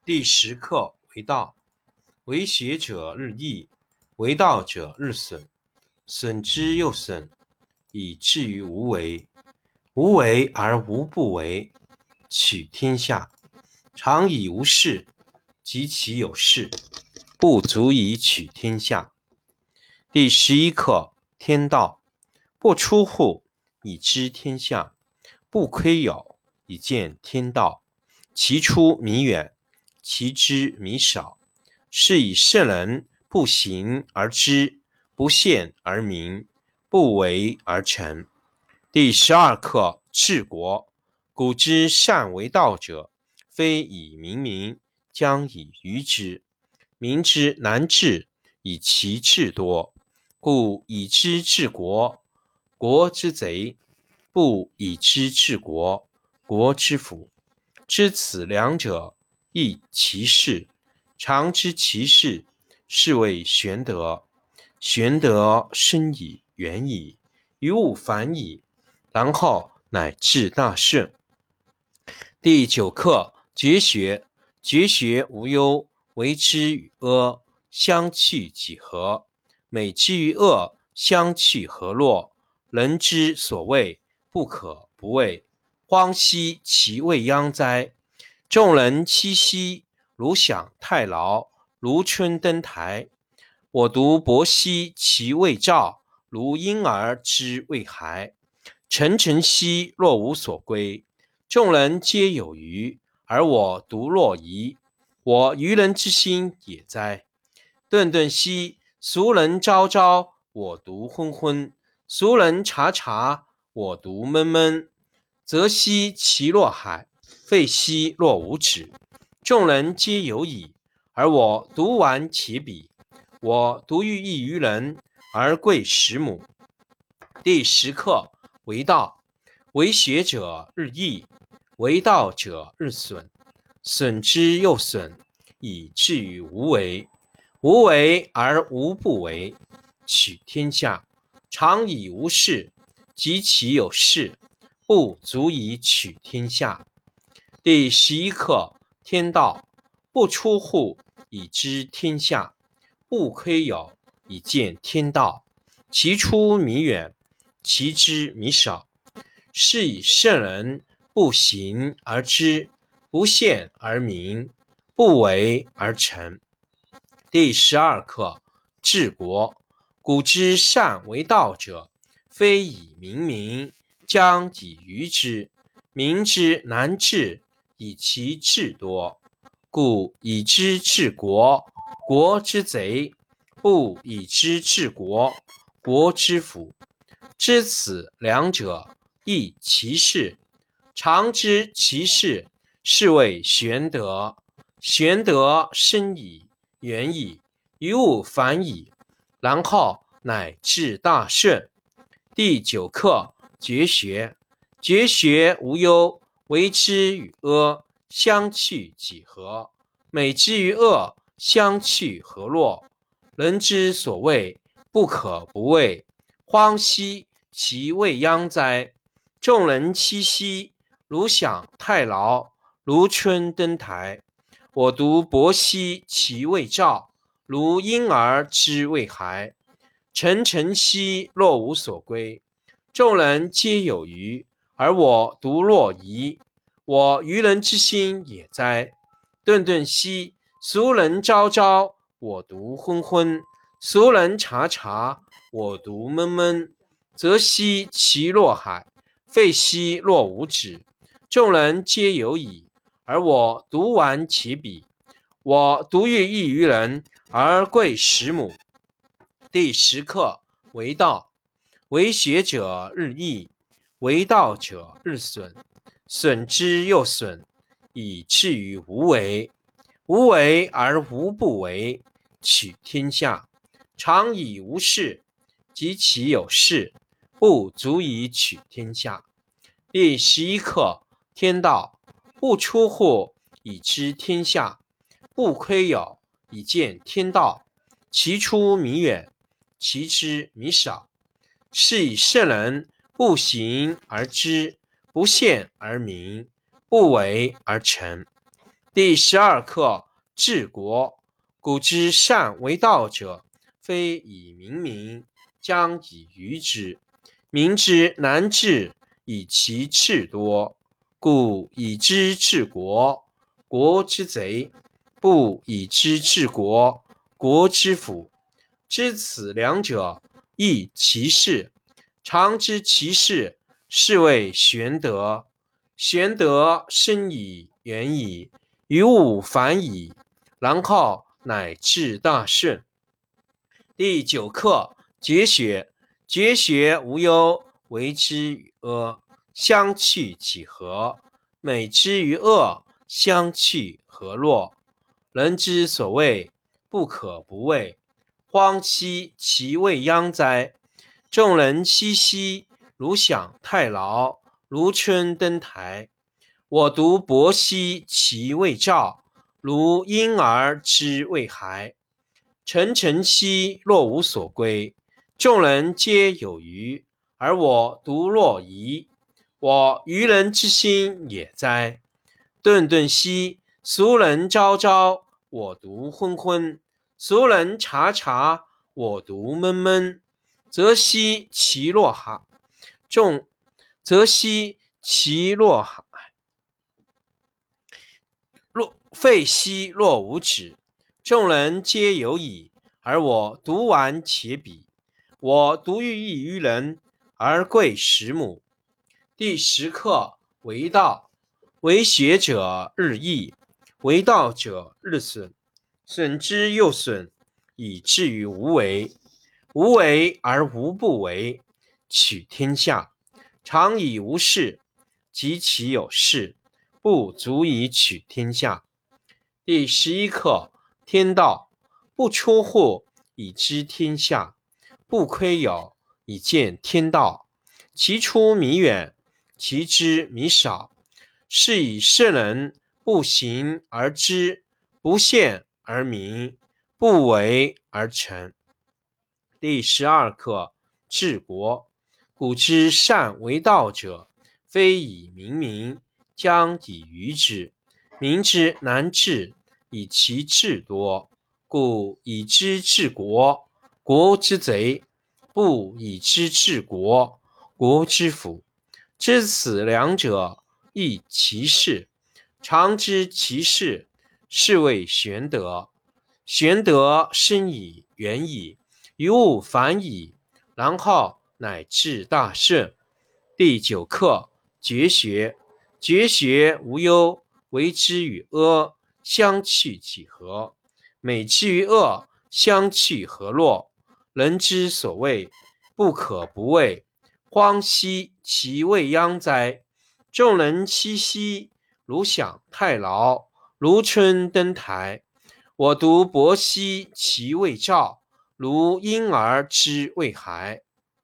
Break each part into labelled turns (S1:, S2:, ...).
S1: 第10课为道，为学者日益，为道者日损，损之又损，以至于无为。无为而无不为，取天下常以无事，及其有事，不足以取天下。第11课天道，不出户，以知天下；不窥牖，以见天道。其出弥远，其知弥少。是以圣人不行而知，不见而明，不为而成。第12课治国。古之善为道者，非以明民，将以愚之。民之难治，以其智多。故以知治国，国之贼；不以知治国，国之福。知此两者，亦其事。常知其事，是谓玄德。玄德深矣，远矣，于物反矣，然后乃至大顺。第9课绝学。绝学无忧，为之与阿，相去几何？美之与恶，相去何若？人之所谓不可不为，荒兮其未央哉！众人熙熙，如享太牢，如春登台。我独泊兮其未兆，如婴儿之未孩。沉沉兮若无所归，众人皆有余，而我独若遗。我愚人之心也哉！顿顿兮俗人昭昭，我独昏昏；俗人察察，我独闷闷。则兮其若海，废兮若无止。众人皆有矣，而我独顽其鄙。我独欲异于人，而贵10母。第10课为道，为学者日益，为道者日损，损之又损，以至于无为。无为而无不为，取天下常以无事，及其有事，不足以取天下。第11课天道，不出户，以知天下；不窥牖，以见天道。其出弥远，其知弥少。是以圣人不行而知，不见而明，不为而成。第12课治国。古之善为道者，非以明民，将以愚之。民之难治，以其智多。故以知治国，国之贼；不以知治国，国之福。知此两者，亦其事。常知其事，是谓玄德。玄德深矣，远矣，于物反矣，然后乃至大顺。第9课绝学。绝学无忧，为之与阿，相去几何？美之与恶，相去何若？人之所谓不可不为，荒兮其未央哉！众人熙熙，如享太牢，如春登台。我独泊兮其未兆，如婴儿之未孩。沉沉兮若无所归，众人皆有余，而我独若遗。我愚人之心也哉！顿顿兮俗人昭昭，我独昏昏；俗人察察，我独闷闷。则兮其若海，废兮若无止。众人皆有矣，而我独顽其鄙。我独欲异于人，而贵10母。第10课为道，为学者日益，为道者日损，损之又损，以至于无为。无为而无不为，取天下常以无事，及其有事，不足以取天下。第11课天道，不出户，以知天下；不窥牖，以见天道。其出弥远，其知弥少。是以圣人不行而知，不见而明，不为而成。 第12课治国。古之善为道者，非以明民，将以愚之。民之难治，以其智多。故以知治国，国之贼；不以知治国，国之福。知此两者，亦其事。常知其事，是谓玄德。玄德深矣，远矣，于物反矣，然后乃至大顺。第9课绝学。绝学无忧，为之与阿，相去几何？美之与恶，相去何若？人之所谓不可不为，荒兮其未央哉！众人熙熙，如享太牢，如春登台。我独泊兮其未兆，如婴儿之未孩。沉沉兮若无所归，众人皆有余，而我独若遗。我愚人之心也哉！顿顿兮俗人昭昭，我独昏昏；俗人察察，我独闷闷。则兮其若海，则兮其若海，废兮若无止。众人皆有矣，而我独顽且鄙。我独欲异于人，而贵十母。第10课为道。为学者日益，为道者日损，损之又损，以至于无为。无为而无不为，取天下常以无事，及其有事，不足以取天下。第11课天道。不出户，以知天下；不窥牖，以见天道。其出弥远，其知弥少。是以圣人不行而知，不见而明，不为而成。第12课治国。古之善为道者，非以明民，将以愚之。民之难治，以其智多。故以知治国，国之贼；不以知治国，国之福。知此两者，亦其事。常知其事，是谓玄德。玄德深矣，远矣，于物反矣，然后乃至大顺。第9课绝学。绝学无忧，为之与阿，相去几何？美之与恶，相去何若？人之所谓不可不为，荒兮其未央哉！众人熙熙，如享太牢，如春登台。我独泊兮其未兆，如婴儿之未孩。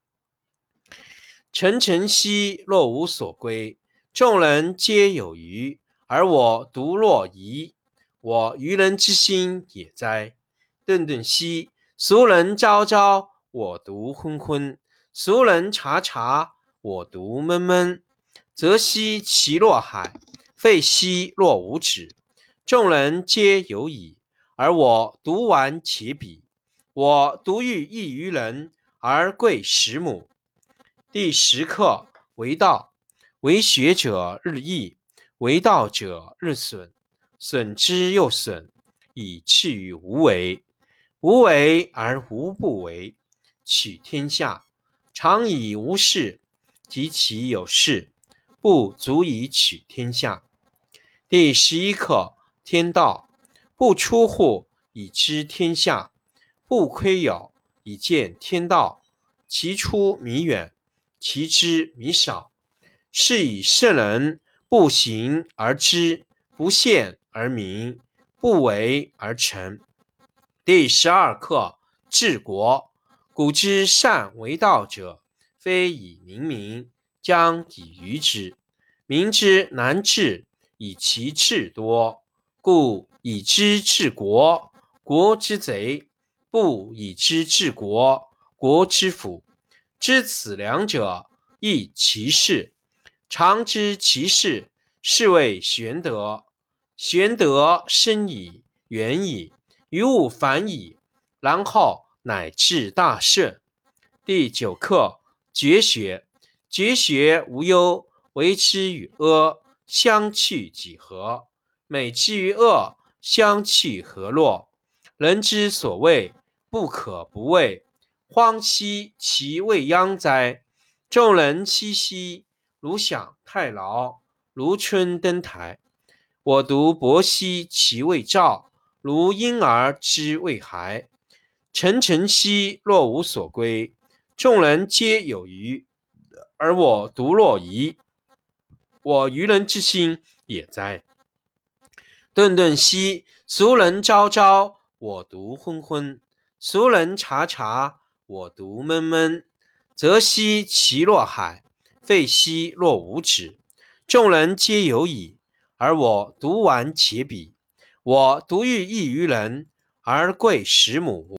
S1: 沉沉兮若无所归，众人皆有余，而我独若遗。我愚人之心也哉！顿顿兮俗人昭昭，我独昏昏；俗人察察，我独闷闷。则兮其若海，废兮若无止。众人皆有矣，而我独顽且鄙。我独欲异于人，而贵十母。第10课为道。为学者日益，为道者日损，损之又损，以至于无为。无为而无不为，取天下常以无事，及其有事，不足以取天下。第11课天道。不出户，以知天下；不窥牖，以见天道。其出弥远，其知弥少。是以圣人不行而知，不见而明，不为而成。第12课治国。古之善为道者，非以明民，将以愚之。民之难治，以其智多。故以知治国，国之贼；不以知治国，国之福。知此两者，亦其事。常知其事，是谓玄德。 玄德深矣，远矣，于物反矣，然后乃至大圣。第9课绝学。绝学无忧，为之与阿，相去几何？美之与恶，相去何若？人之所谓不可不畏，荒兮其未央哉！众人熙熙，如享太牢，如春登台。我独泊兮其未兆，如婴儿之未孩。沉沉兮若无所归，众人皆有余，而我独若遗。我愚人之心也哉！顿顿兮俗人昭昭，我独昏昏；俗人察察，我独闷闷。泽兮其若海，废兮若无止。众人皆有矣，而我独顽且鄙。我独欲异于人，而贵10亩。